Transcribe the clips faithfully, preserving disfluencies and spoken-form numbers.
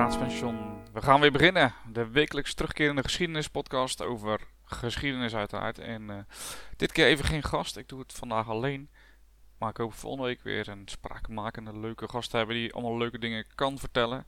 Raadspension. We gaan weer beginnen. De wekelijks terugkerende geschiedenispodcast over geschiedenis uiteraard. En uh, dit keer even geen gast. Ik doe het vandaag alleen. Maar ik hoop volgende week weer een spraakmakende leuke gast te hebben die allemaal leuke dingen kan vertellen.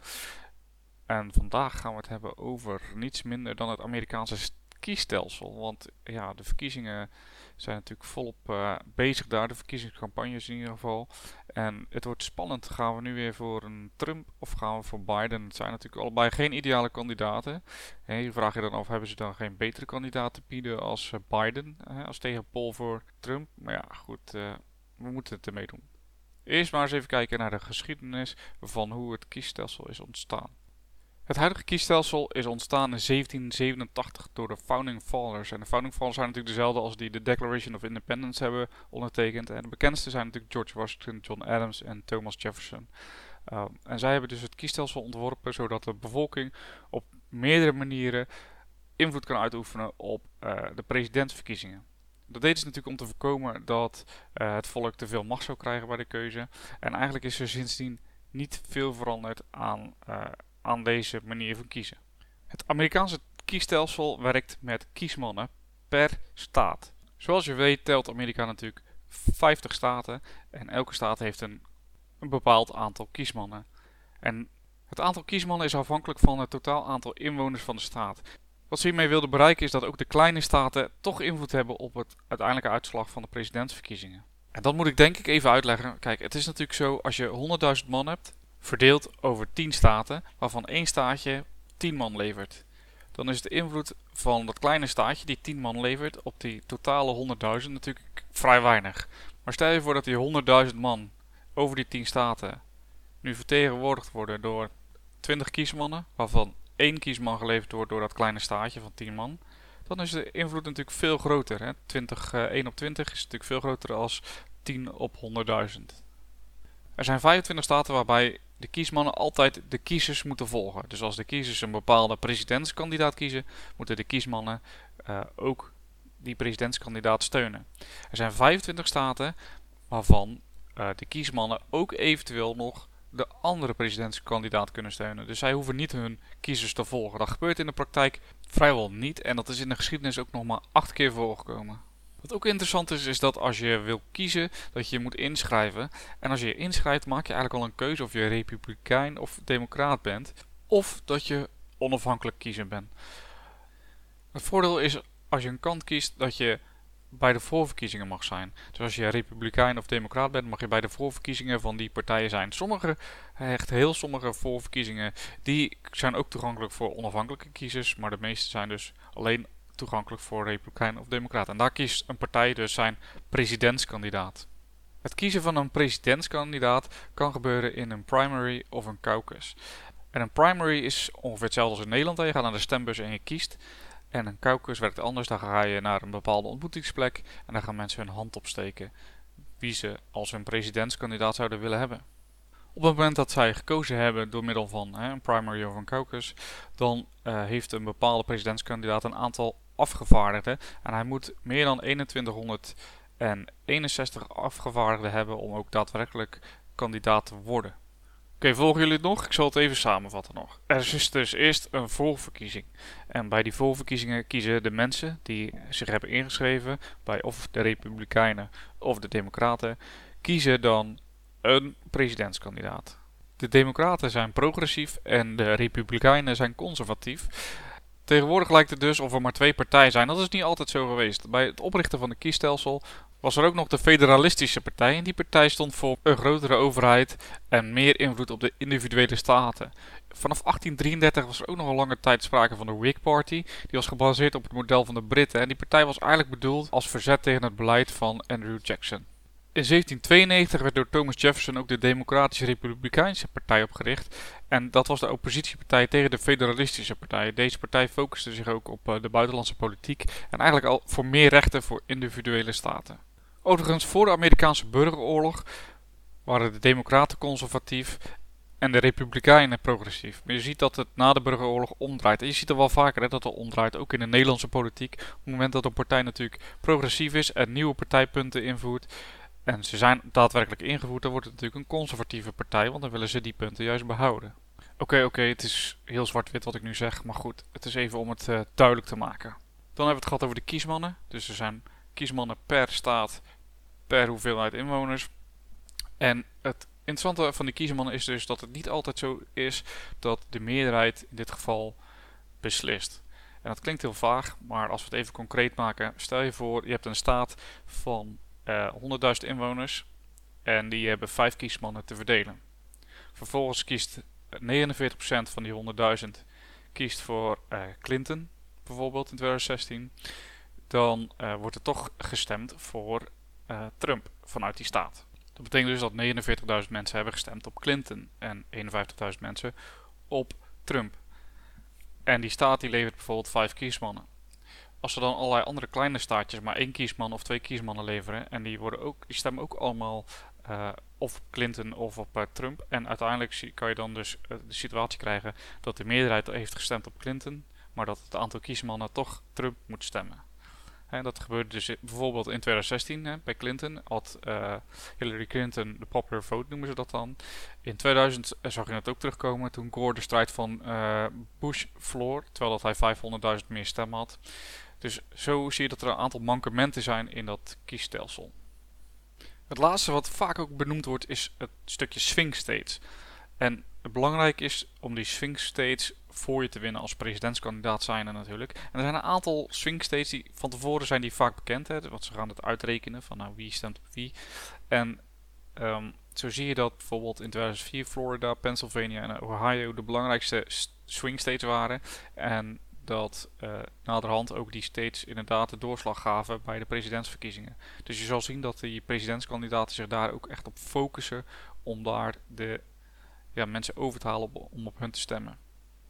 En vandaag gaan we het hebben over niets minder dan het Amerikaanse kiesstelsel. Want ja, de verkiezingen zijn natuurlijk volop uh, bezig daar, de verkiezingscampagnes in ieder geval. En het wordt spannend. Gaan we nu weer voor een Trump of gaan we voor Biden? Het zijn natuurlijk allebei geen ideale kandidaten. En je vraagt je dan af, hebben ze dan geen betere kandidaat te bieden als uh, Biden? Uh, als tegenpol voor Trump? Maar ja, goed, uh, we moeten het ermee doen. Eerst maar eens even kijken naar de geschiedenis van hoe het kiesstelsel is ontstaan. Het huidige kiesstelsel is ontstaan in zeventien zevenentachtig door de Founding Fathers. En de Founding Fathers zijn natuurlijk dezelfde als die de Declaration of Independence hebben ondertekend. En de bekendste zijn natuurlijk George Washington, John Adams en Thomas Jefferson. Uh, en zij hebben dus het kiesstelsel ontworpen zodat de bevolking op meerdere manieren invloed kan uitoefenen op uh, de presidentsverkiezingen. Dat deden ze natuurlijk om te voorkomen dat uh, het volk te veel macht zou krijgen bij de keuze. En eigenlijk is er sindsdien niet veel veranderd aan... Uh, aan deze manier van kiezen. Het Amerikaanse kiesstelsel werkt met kiesmannen per staat. Zoals je weet telt Amerika natuurlijk vijftig staten en elke staat heeft een, een bepaald aantal kiesmannen. En het aantal kiesmannen is afhankelijk van het totaal aantal inwoners van de staat. Wat ze hiermee wilden bereiken is dat ook de kleine staten toch invloed hebben op het uiteindelijke uitslag van de presidentsverkiezingen. En dat moet ik denk ik even uitleggen. Kijk, het is natuurlijk zo, als je honderdduizend man hebt, verdeeld over tien staten, waarvan één staatje tien man levert. Dan is de invloed van dat kleine staatje die tien man levert op die totale honderdduizend natuurlijk vrij weinig. Maar stel je voor dat die honderdduizend man over die tien staten nu vertegenwoordigd worden door twintig kiesmannen, waarvan één kiesman geleverd wordt door dat kleine staatje van tien man. Dan is de invloed natuurlijk veel groter. Hè? twintig, uh, één op twintig is natuurlijk veel groter als tien op honderdduizend. Er zijn vijfentwintig staten waarbij de kiesmannen altijd de kiezers moeten volgen. Dus als de kiezers een bepaalde presidentskandidaat kiezen, moeten de kiesmannen uh, ook die presidentskandidaat steunen. Er zijn vijfentwintig staten waarvan uh, de kiesmannen ook eventueel nog de andere presidentskandidaat kunnen steunen. Dus zij hoeven niet hun kiezers te volgen. Dat gebeurt in de praktijk vrijwel niet en dat is in de geschiedenis ook nog maar acht keer voorgekomen. Wat ook interessant is, is dat als je wil kiezen, dat je je moet inschrijven. En als je je inschrijft, maak je eigenlijk al een keuze of je republikein of democraat bent. Of dat je onafhankelijk kiezer bent. Het voordeel is, als je een kant kiest, dat je bij de voorverkiezingen mag zijn. Dus als je republikein of democraat bent, mag je bij de voorverkiezingen van die partijen zijn. Sommige, echt heel sommige voorverkiezingen, die zijn ook toegankelijk voor onafhankelijke kiezers. Maar de meeste zijn dus alleen toegankelijk voor republikein of democraat. En daar kiest een partij dus zijn presidentskandidaat. Het kiezen van een presidentskandidaat kan gebeuren in een primary of een caucus. En een primary is ongeveer hetzelfde als in Nederland. Je gaat naar de stembus en je kiest. En een caucus werkt anders. Dan ga je naar een bepaalde ontmoetingsplek en dan gaan mensen hun hand opsteken wie ze als hun presidentskandidaat zouden willen hebben. Op het moment dat zij gekozen hebben door middel van hè, een primary of een caucus, dan uh, heeft een bepaalde presidentskandidaat een aantal afgevaardigden. En hij moet meer dan eenentwintighonderdeenenzestig afgevaardigden hebben om ook daadwerkelijk kandidaat te worden. Oké, okay, volgen jullie het nog? Ik zal het even samenvatten nog. Er is dus eerst een voorverkiezing. En bij die voorverkiezingen kiezen de mensen die zich hebben ingeschreven bij of de Republikeinen of de Democraten, kiezen dan een presidentskandidaat. De Democraten zijn progressief en de Republikeinen zijn conservatief. Tegenwoordig lijkt het dus of er maar twee partijen zijn. Dat is niet altijd zo geweest. Bij het oprichten van het kiesstelsel was er ook nog de Federalistische Partij. En die partij stond voor een grotere overheid en meer invloed op de individuele staten. Vanaf achttien drieëndertig was er ook nog een lange tijd sprake van de Whig Party. Die was gebaseerd op het model van de Britten. En die partij was eigenlijk bedoeld als verzet tegen het beleid van Andrew Jackson. In zeventien tweeënnegentig werd door Thomas Jefferson ook de Democratische Republikeinse Partij opgericht. En dat was de oppositiepartij tegen de Federalistische Partij. Deze partij focuste zich ook op uh, de buitenlandse politiek en eigenlijk al voor meer rechten voor individuele staten. Overigens, voor de Amerikaanse burgeroorlog waren de Democraten conservatief en de Republikeinen progressief. Maar je ziet dat het na de burgeroorlog omdraait. En je ziet er wel vaker hè, dat het omdraait, ook in de Nederlandse politiek. Op het moment dat een partij natuurlijk progressief is en nieuwe partijpunten invoert, en ze zijn daadwerkelijk ingevoerd, dan wordt het natuurlijk een conservatieve partij, want dan willen ze die punten juist behouden. Oké, okay, oké, okay, het is heel zwart-wit wat ik nu zeg, maar goed, het is even om het uh, duidelijk te maken. Dan hebben we het gehad over de kiesmannen. Dus er zijn kiesmannen per staat, per hoeveelheid inwoners. En het interessante van die kiesmannen is dus dat het niet altijd zo is dat de meerderheid in dit geval beslist. En dat klinkt heel vaag, maar als we het even concreet maken, stel je voor je hebt een staat van uh, honderdduizend inwoners en die hebben vijf kiesmannen te verdelen. Vervolgens kiest negenenveertig procent van die honderdduizend kiest voor uh, Clinton, bijvoorbeeld in twintig zestien. Dan uh, wordt er toch gestemd voor uh, Trump vanuit die staat. Dat betekent dus dat negenenveertigduizend mensen hebben gestemd op Clinton en eenenvijftigduizend mensen op Trump. En die staat die levert bijvoorbeeld vijf kiesmannen. Als er dan allerlei andere kleine staatjes maar één kiesman of twee kiesmannen leveren en die, worden ook, die stemmen ook allemaal uh, of op Clinton of op uh, Trump. En uiteindelijk kan je dan dus uh, de situatie krijgen dat de meerderheid heeft gestemd op Clinton, maar dat het aantal kiesmannen toch Trump moet stemmen. He, dat gebeurde dus bijvoorbeeld in twintig zestien he, bij Clinton. Had uh, Hillary Clinton de popular vote, noemen ze dat dan. In tweeduizend uh, zag je het ook terugkomen toen Gore de strijd van uh, Bush verloor, terwijl dat hij vijfhonderdduizend meer stemmen had. Dus zo zie je dat er een aantal mankementen zijn in dat kiesstelsel. Het laatste wat vaak ook benoemd wordt is het stukje swing states. En het belangrijk is om die swing states voor je te winnen als presidentskandidaat zijn er natuurlijk. En er zijn een aantal swing states die van tevoren zijn die vaak bekend. Hè, want ze gaan het uitrekenen van nou, wie stemt op wie. En um, zo zie je dat bijvoorbeeld in tweeduizend vier Florida, Pennsylvania en Ohio de belangrijkste swing states waren. En dat uh, naderhand ook die states inderdaad de doorslag gaven bij de presidentsverkiezingen. Dus je zal zien dat die presidentskandidaten zich daar ook echt op focussen om daar de ja, mensen over te halen op, om op hun te stemmen.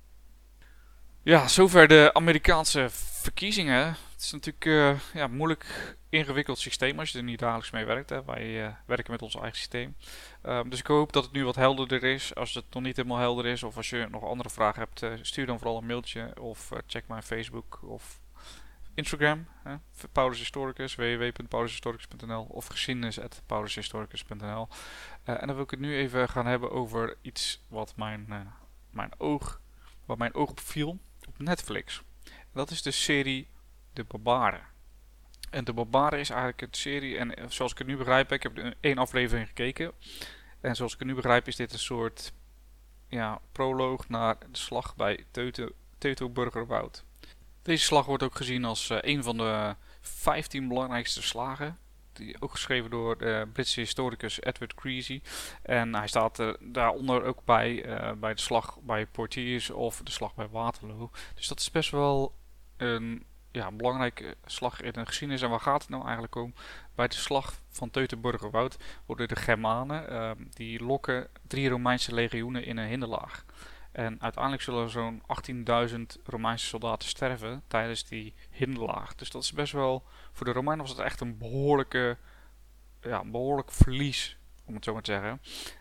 Ja, zover de Amerikaanse verkiezingen. Het is natuurlijk uh, ja, een moeilijk ingewikkeld systeem als je er niet dagelijks mee werkt. Hè. Wij uh, werken met ons eigen systeem. Um, dus ik hoop dat het nu wat helderder is. Als het nog niet helemaal helder is of als je nog andere vragen hebt, uh, stuur dan vooral een mailtje of uh, check mijn Facebook of Instagram. Hè. Paulus Historicus, w w w punt paulus historicus punt n l of geschiedenis at paulus historicus punt n l. Uh, en dan wil ik het nu even gaan hebben over iets wat mijn, uh, mijn oog, wat mijn oog opviel op Netflix. En dat is de serie De Barbaren. En De Barbaren is eigenlijk een serie, en zoals ik het nu begrijp, ik heb één aflevering gekeken. En zoals ik het nu begrijp is dit een soort ja, proloog naar de slag bij Teutoburgerwoud. Deze slag wordt ook gezien als uh, een van de vijftien belangrijkste slagen. Die, ook geschreven door de Britse historicus Edward Creasy. En hij staat uh, daaronder ook bij, uh, bij de slag bij Poitiers of de slag bij Waterloo. Dus dat is best wel een ja, belangrijke slag in de geschiedenis. En waar gaat het nou eigenlijk om? Bij de slag van Teutoburgerwoud worden de Germanen, uh, die lokken drie Romeinse legioenen in een hinderlaag. En uiteindelijk zullen er zo'n achttienduizend Romeinse soldaten sterven tijdens die hinderlaag. Dus dat is best wel, voor de Romeinen was het echt een behoorlijke, ja, een behoorlijk verlies, om het zo maar te zeggen.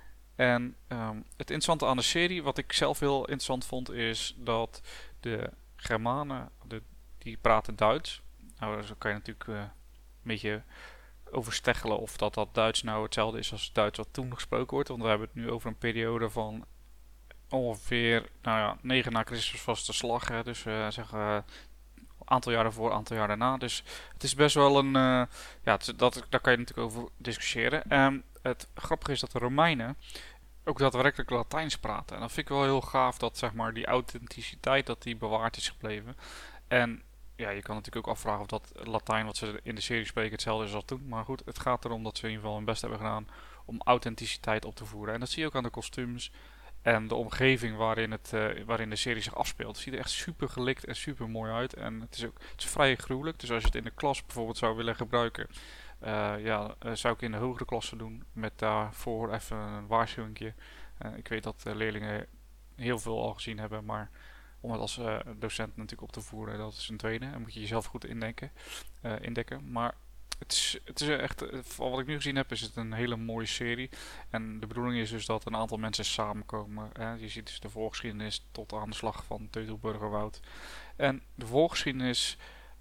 En um, het interessante aan de serie, wat ik zelf heel interessant vond, is dat de Germanen, de, die praten Duits. Nou, zo kan je natuurlijk uh, een beetje oversteggelen of dat dat Duits nou hetzelfde is als het Duits wat toen gesproken wordt. Want we hebben het nu over een periode van ongeveer, nou ja, negen na Christus was de slag, hè, dus uh, zeg uh, aantal jaren voor, aantal jaren na. Dus het is best wel een, uh, ja, het, dat, daar kan je natuurlijk over discussiëren. Um, het grappige is dat de Romeinen ook daadwerkelijk Latijns praten. En dat vind ik wel heel gaaf dat zeg maar die authenticiteit dat die bewaard is gebleven. En ja, je kan natuurlijk ook afvragen of dat Latijn wat ze in de serie spreken hetzelfde is als toen. Maar goed, het gaat erom dat ze in ieder geval hun best hebben gedaan om authenticiteit op te voeren. En dat zie je ook aan de kostuums. En de omgeving waarin, het, uh, waarin de serie zich afspeelt. Het ziet er echt super gelikt en super mooi uit. En het is ook het is vrij gruwelijk. Dus als je het in de klas bijvoorbeeld zou willen gebruiken. Uh, ja, uh, zou ik in de hogere klasse doen. Met daarvoor even een waarschuwingje. Uh, ik weet dat uh, leerlingen heel veel al gezien hebben. Maar om het als uh, docent natuurlijk op te voeren, dat is een tweede. En moet je jezelf goed indenken, uh, indekken. Maar Het is, het is echt, van wat ik nu gezien heb, is het een hele mooie serie. En de bedoeling is dus dat een aantal mensen samenkomen. Hè. Je ziet dus de voorgeschiedenis tot aan de slag van Teutoburgerwoud. En de voorgeschiedenis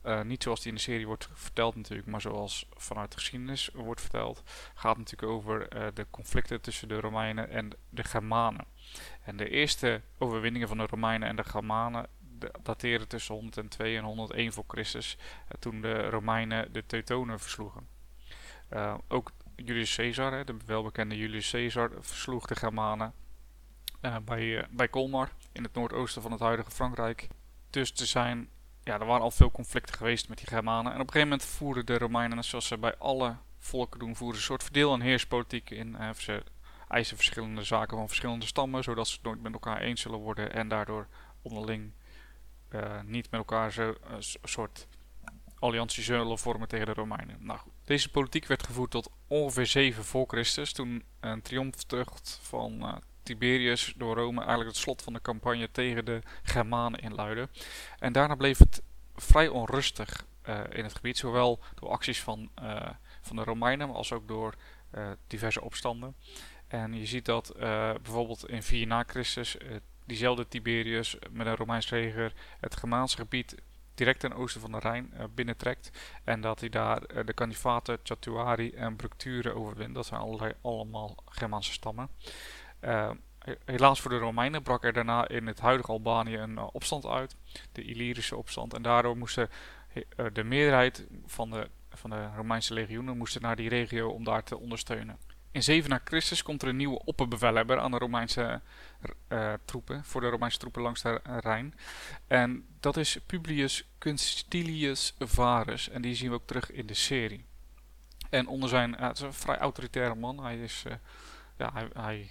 Uh, niet zoals die in de serie wordt verteld natuurlijk, maar zoals vanuit de geschiedenis wordt verteld. Gaat natuurlijk over uh, de conflicten tussen de Romeinen en de Germanen. En de eerste overwinningen van de Romeinen en de Germanen dateren tussen honderdtwee en honderdéén voor Christus. Uh, toen de Romeinen de Teutonen versloegen. Uh, ook Julius Caesar, hè, de welbekende Julius Caesar, versloeg de Germanen uh, bij, uh, bij Colmar in het noordoosten van het huidige Frankrijk. Dus er zijn, ja, er waren al veel conflicten geweest met die Germanen. En op een gegeven moment voerden de Romeinen, zoals ze bij alle volken doen, voeren een soort verdeel- en heerspolitiek in. Uh, ze eisen verschillende zaken van verschillende stammen, zodat ze het nooit met elkaar eens zullen worden en daardoor onderling uh, niet met elkaar zo, uh, een soort alliantie zullen vormen tegen de Romeinen. Nou goed. Deze politiek werd gevoerd tot ongeveer zeven voor Christus, toen een triomftocht van uh, Tiberius door Rome eigenlijk het slot van de campagne tegen de Germanen inluidde. En daarna bleef het vrij onrustig uh, in het gebied, zowel door acties van, uh, van de Romeinen, als ook door uh, diverse opstanden. En je ziet dat uh, bijvoorbeeld in vier na Christus uh, diezelfde Tiberius met een Romeins leger het Germaanse gebied direct ten oosten van de Rijn uh, binnentrekt. En dat hij daar uh, de Canifaten, Chatuari en Bructure overwint. Dat zijn allerlei, allemaal Germaanse stammen. Uh, helaas voor de Romeinen brak er daarna in het huidige Albanië een uh, opstand uit. De Illyrische opstand. En daardoor moesten uh, de meerderheid van de, van de Romeinse legioenen moesten naar die regio om daar te ondersteunen. In zeven na Christus komt er een nieuwe opperbevelhebber aan de Romeinse uh, troepen, voor de Romeinse troepen langs de Rijn. En dat is Publius Constilius Varus. En die zien we ook terug in de serie. En onder zijn, uh, het is een vrij autoritaire man. Hij is, uh, ja, hij, hij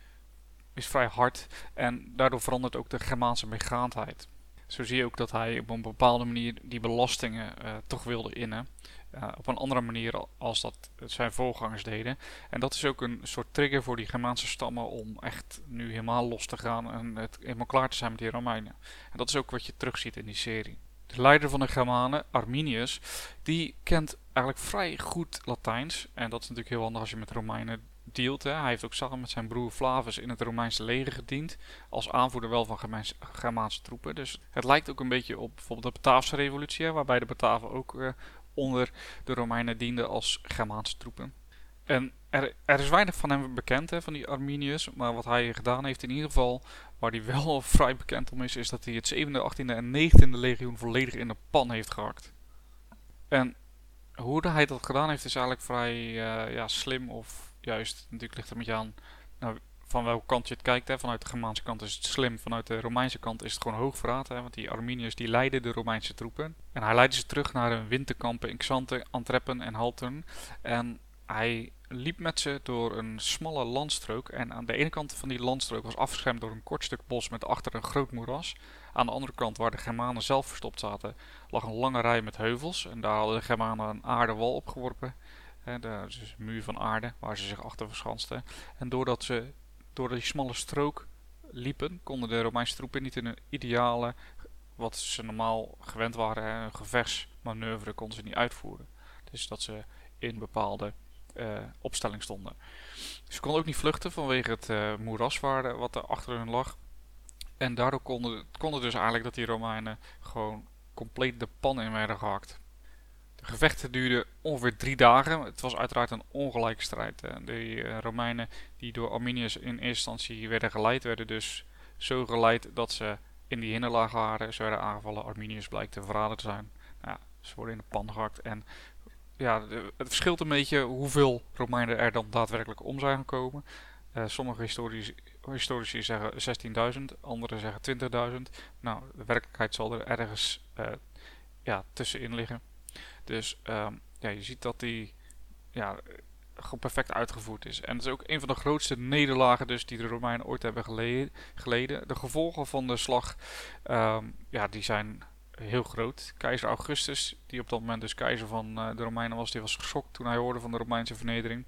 is vrij hard. En daardoor verandert ook de Germaanse meegaandheid. Zo zie je ook dat hij op een bepaalde manier die belastingen uh, toch wilde innen. Uh, op een andere manier als dat zijn voorgangers deden. En dat is ook een soort trigger voor die Germaanse stammen om echt nu helemaal los te gaan en het helemaal klaar te zijn met die Romeinen. En dat is ook wat je terugziet in die serie. De leider van de Germanen, Arminius, die kent eigenlijk vrij goed Latijns. En dat is natuurlijk heel handig als je met Romeinen dealt. Hè. Hij heeft ook samen met zijn broer Flavus in het Romeinse leger gediend. Als aanvoerder wel van Germaanse, Germaanse troepen. Dus het lijkt ook een beetje op bijvoorbeeld de Bataafse revolutie. Hè, waarbij de Bataven ook uh, onder de Romeinen dienden als Germaanse troepen. En er, er is weinig van hem bekend, hè, van die Arminius. Maar wat hij gedaan heeft in ieder geval, waar hij wel vrij bekend om is, is dat hij het zevende, achttiende en negentiende legioen volledig in de pan heeft gehakt. En hoe hij dat gedaan heeft is eigenlijk vrij uh, ja, slim of juist, natuurlijk ligt het met je aan nou, van welke kant je het kijkt. Hè. Vanuit de Germaanse kant is het slim, vanuit de Romeinse kant is het gewoon hoogverraad. Hè, want die Arminius die leidde de Romeinse troepen. En hij leidde ze terug naar hun winterkampen in Xanthe, Antwerpen en Haltern. En hij liep met ze door een smalle landstrook. En aan de ene kant van die landstrook was afgeschermd door een kort stuk bos met achter een groot moeras. Aan de andere kant, waar de Germanen zelf verstopt zaten, lag een lange rij met heuvels. En daar hadden de Germanen een aardewal opgeworpen. He, dus een muur van aarde waar ze zich achter verschansten. En doordat ze door die smalle strook liepen, konden de Romeinse troepen niet in een ideale, wat ze normaal gewend waren, he, een gevechtsmanoeuvre konden ze niet uitvoeren. Dus dat ze in bepaalde uh, opstelling stonden. Ze konden ook niet vluchten vanwege het uh, moeras waar, wat er achter hun lag. En daardoor konden, konden dus eigenlijk dat die Romeinen gewoon compleet de pan in werden gehakt. De gevechten duurden ongeveer drie dagen. Het was uiteraard een ongelijke strijd. De uh, Romeinen die door Arminius in eerste instantie werden geleid, werden dus zo geleid dat ze in die hinderlaag waren. Ze werden aangevallen. Arminius blijkt te verraden te zijn. Nou ja, ze worden in de pan gehakt. En ja, de, het verschilt een beetje hoeveel Romeinen er dan daadwerkelijk om zijn gekomen. Uh, sommige historici, historici zeggen zestienduizend, anderen zeggen twintigduizend. Nou, de werkelijkheid zal er ergens uh, ja, tussenin liggen. Dus um, ja, je ziet dat die ja, gewoon perfect uitgevoerd is. En het is ook een van de grootste nederlagen dus die de Romeinen ooit hebben geleden. De gevolgen van de slag um, ja, die zijn heel groot. Keizer Augustus, die op dat moment dus keizer van uh, de Romeinen was, die was geschokt toen hij hoorde van de Romeinse vernedering.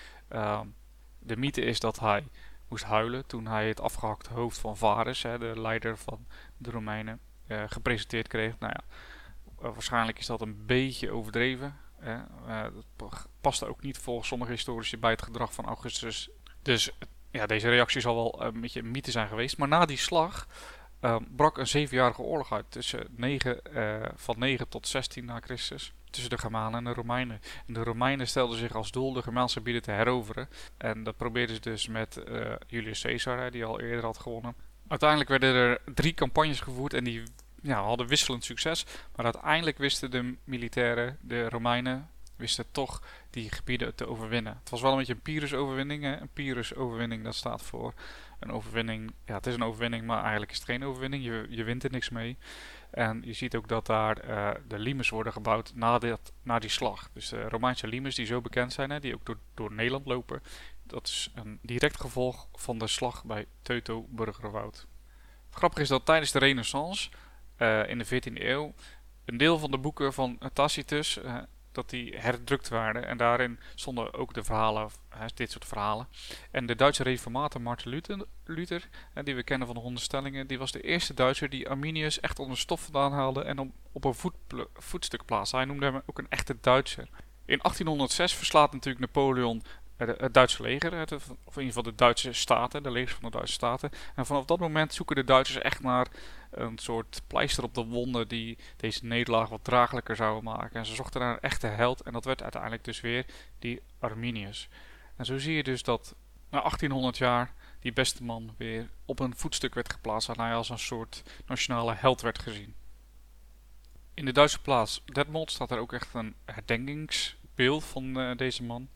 Um, de mythe is dat hij moest huilen toen hij het afgehakte hoofd van Varus, hè, de leider van de Romeinen, uh, gepresenteerd kreeg. Nou ja, uh, waarschijnlijk is dat een beetje overdreven. Hè. Uh, dat paste ook niet volgens sommige historici bij het gedrag van Augustus. Dus ja, deze reactie zal wel een beetje een mythe zijn geweest. Maar na die slag uh, brak een zevenjarige oorlog uit tussen negen, uh, van negen tot zestien na Christus. Tussen de Germanen en de Romeinen. En de Romeinen stelden zich als doel de Germaanse gebieden te heroveren. En dat probeerden ze dus met uh, Julius Caesar, die al eerder had gewonnen. Uiteindelijk werden er drie campagnes gevoerd en die ja, hadden wisselend succes. Maar uiteindelijk wisten de militairen, de Romeinen, wisten toch die gebieden te overwinnen. Het was wel een beetje een Pyrrhus-overwinning. Hè? Een Pyrrhus-overwinning, dat staat voor een overwinning. Ja, het is een overwinning, maar eigenlijk is het geen overwinning. Je, je wint er niks mee. En je ziet ook dat daar uh, de limes worden gebouwd na, dit, na die slag. Dus de Romeinse limes die zo bekend zijn, hè, die ook door, door Nederland lopen. Dat is een direct gevolg van de slag bij Teutoburgerwoud. Grappig is dat tijdens de Renaissance, uh, in de veertiende eeuw, een deel van de boeken van Tacitus, uh, dat die herdrukt waren. En daarin stonden ook de verhalen, uh, dit soort verhalen. En de Duitse reformator Martin Luther, Luther uh, die we kennen van de honderd stellingen, die was de eerste Duitser die Arminius echt onder stof vandaan haalde en op, op een voet, voetstuk plaatste. Hij noemde hem ook een echte Duitser. In achttienhonderdzes verslaat natuurlijk Napoleon het Duitse leger, of in ieder geval de Duitse staten, de legers van de Duitse staten. En vanaf dat moment zoeken de Duitsers echt naar een soort pleister op de wonden die deze nederlaag wat draaglijker zouden maken. En ze zochten naar een echte held en dat werd uiteindelijk dus weer die Arminius. En zo zie je dus dat na achttienhonderd jaar die beste man weer op een voetstuk werd geplaatst en hij als een soort nationale held werd gezien. In de Duitse plaats Detmold staat er ook echt een herdenkingsbeeld van uh, deze man.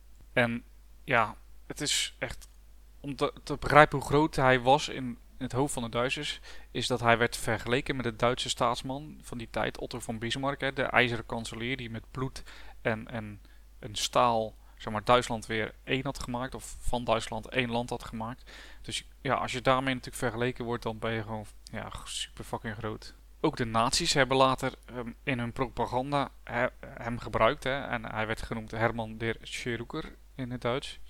En ja, het is echt, om te, te begrijpen hoe groot hij was in het hoofd van de Duitsers, is dat hij werd vergeleken met de Duitse staatsman van die tijd, Otto von Bismarck, hè, de ijzeren kanselier die met bloed en, en een staal, zeg maar, Duitsland weer één had gemaakt, of van Duitsland één land had gemaakt. Dus ja, als je daarmee natuurlijk vergeleken wordt, dan ben je gewoon ja, super fucking groot. Ook de nazi's hebben later um, in hun propaganda he, hem gebruikt. Hè, en hij werd genoemd Hermann der Scheruker in het Duits.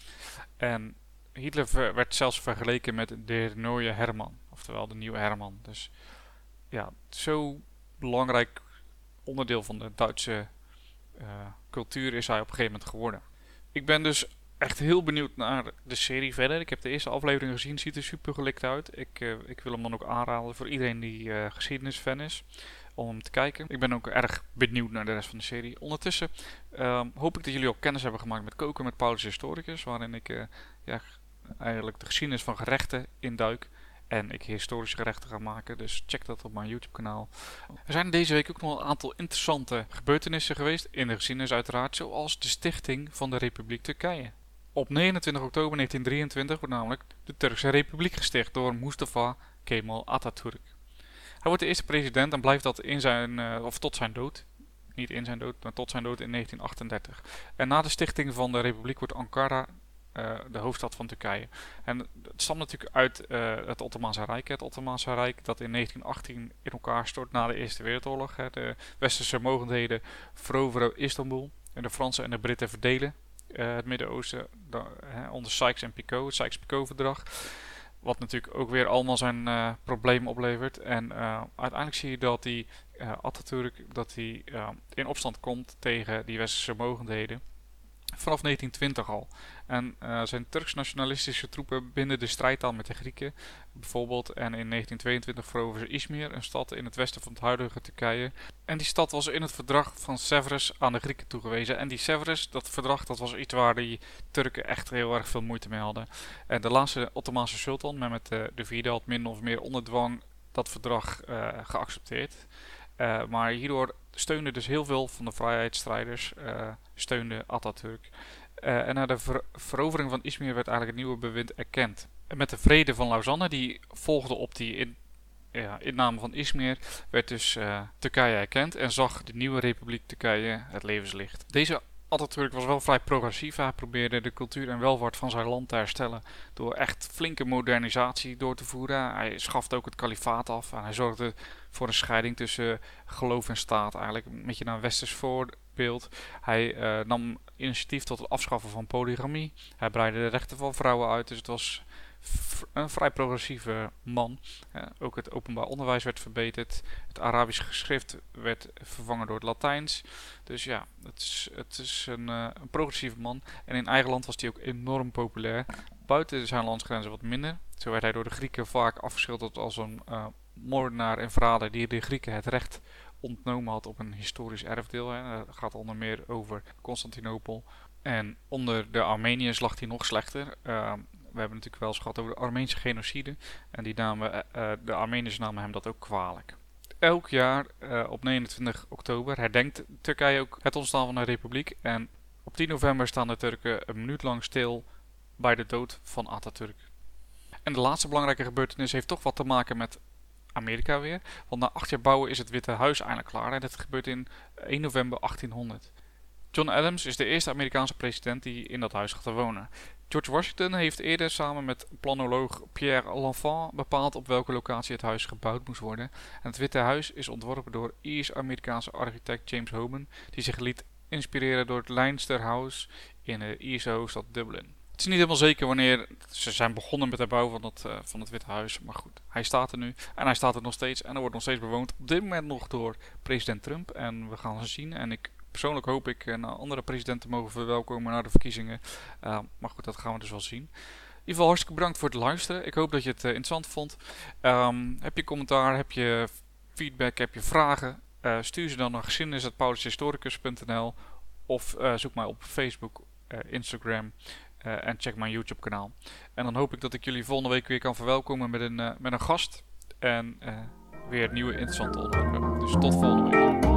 En Hitler ver, werd zelfs vergeleken met de neue Hermann. Oftewel de nieuwe Herman. Dus ja, zo belangrijk onderdeel van de Duitse uh, cultuur is hij op een gegeven moment geworden. Ik ben dus echt heel benieuwd naar de serie verder. Ik heb de eerste aflevering gezien, ziet er super gelikt uit. Ik, uh, ik wil hem dan ook aanraden voor iedereen die uh, geschiedenisfan is, om hem te kijken. Ik ben ook erg benieuwd naar de rest van de serie. Ondertussen uh, hoop ik dat jullie ook kennis hebben gemaakt met Koken met Paulus Historicus, waarin ik uh, ja, eigenlijk de geschiedenis van gerechten induik. En ik historische gerechten ga maken, dus check dat op mijn YouTube kanaal. Er zijn deze week ook nog een aantal interessante gebeurtenissen geweest, in de geschiedenis uiteraard, zoals de stichting van de Republiek Turkije. Op negenentwintig oktober negentien drieëntwintig wordt namelijk de Turkse Republiek gesticht door Mustafa Kemal Atatürk. Hij wordt de eerste president en blijft dat in zijn, uh, of tot zijn dood. Niet in zijn dood, maar tot zijn dood in negentien achtendertig. En na de stichting van de Republiek wordt Ankara uh, de hoofdstad van Turkije. En het stamt natuurlijk uit uh, het Ottomaanse Rijk. Het Ottomaanse Rijk dat in negentien achttien in elkaar stort na de Eerste Wereldoorlog. Hè. De westerse mogendheden veroveren Istanbul en de Fransen en de Britten verdelen Uh, het Midden-Oosten da, uh, onder Sykes en Picot, het Sykes-Picot-verdrag. Wat natuurlijk ook weer allemaal zijn uh, problemen oplevert. En uh, uiteindelijk zie je dat die uh, Atatürk dat hij uh, in opstand komt tegen die westerse mogendheden. Vanaf negentien twintig al. En uh, zijn Turks-nationalistische troepen binden de strijd aan met de Grieken. Bijvoorbeeld. En in negentien tweeëntwintig veroveren ze Izmir, een stad in het westen van het huidige Turkije. En die stad was in het verdrag van Sèvres aan de Grieken toegewezen. En die Sèvres, dat verdrag, dat was iets waar die Turken echt heel erg veel moeite mee hadden. En de laatste Ottomaanse sultan, Mehmet de vierde, had min of meer onder dwang dat verdrag uh, geaccepteerd. Uh, maar hierdoor steunde dus heel veel van de vrijheidsstrijders, uh, steunde Atatürk. Uh, en na de ver- verovering van Izmir werd eigenlijk het nieuwe bewind erkend. En met de vrede van Lausanne, die volgde op die in, ja, inname van Izmir, werd dus uh, Turkije erkend en zag de nieuwe Republiek Turkije het levenslicht. Deze Atatürk was wel vrij progressief. Hij probeerde de cultuur en welvaart van zijn land te herstellen door echt flinke modernisatie door te voeren. Hij schafte ook het kalifaat af en hij zorgde voor een scheiding tussen geloof en staat, eigenlijk een beetje naar een westers voorbeeld. Hij uh, nam initiatief tot het afschaffen van polygamie. Hij breidde de rechten van vrouwen uit, dus het was een vrij progressieve man. Uh, ook het openbaar onderwijs werd verbeterd. Het Arabisch geschrift werd vervangen door het Latijns. Dus ja, het is, het is een, uh, een progressieve man. En in eigen land was hij ook enorm populair. buiten zijn landsgrenzen wat minder. Zo werd hij door de Grieken vaak afgeschilderd als een uh, moordenaar en verrader die de Grieken het recht ontnomen had op een historisch erfdeel. Hè. Dat gaat onder meer over Constantinopel. En onder de Armeniërs lag hij nog slechter. Uh, we hebben natuurlijk wel eens gehad over de Armeense genocide. En die namen, uh, de Armeniërs namen hem dat ook kwalijk. Elk jaar uh, op negenentwintig oktober herdenkt Turkije ook het ontstaan van een republiek. En op tien november staan de Turken een minuut lang stil bij de dood van Atatürk. En de laatste belangrijke gebeurtenis heeft toch wat te maken met Amerika weer. Want na acht jaar bouwen is het Witte Huis eindelijk klaar. En dat gebeurt in één november achttienhonderd. John Adams is de eerste Amerikaanse president die in dat huis gaat wonen. George Washington heeft eerder samen met planoloog Pierre L'Enfant bepaald op welke locatie het huis gebouwd moest worden. En het Witte Huis is ontworpen door Iers-Amerikaanse architect James Hoban, die zich liet inspireren door het Leinster House in de Ierse hoofdstad Dublin. Het is niet helemaal zeker wanneer ze zijn begonnen met de bouw van het, uh, van het Witte Huis, maar goed, hij staat er nu en hij staat er nog steeds en er wordt nog steeds bewoond. Op dit moment nog door president Trump en we gaan ze zien en ik... Persoonlijk hoop ik een andere president te mogen verwelkomen naar de verkiezingen. Uh, maar goed, dat gaan we dus wel zien. In ieder geval hartstikke bedankt voor het luisteren. Ik hoop dat je het uh, interessant vond. Um, heb je commentaar, heb je feedback, heb je vragen? Uh, stuur ze dan naar geschiedenis apenstaartje paulushistoricus punt n l of uh, zoek mij op Facebook, uh, Instagram uh, en check mijn YouTube kanaal. En dan hoop ik dat ik jullie volgende week weer kan verwelkomen met een, uh, met een gast. En uh, weer nieuwe interessante onderwerpen. Dus tot volgende week.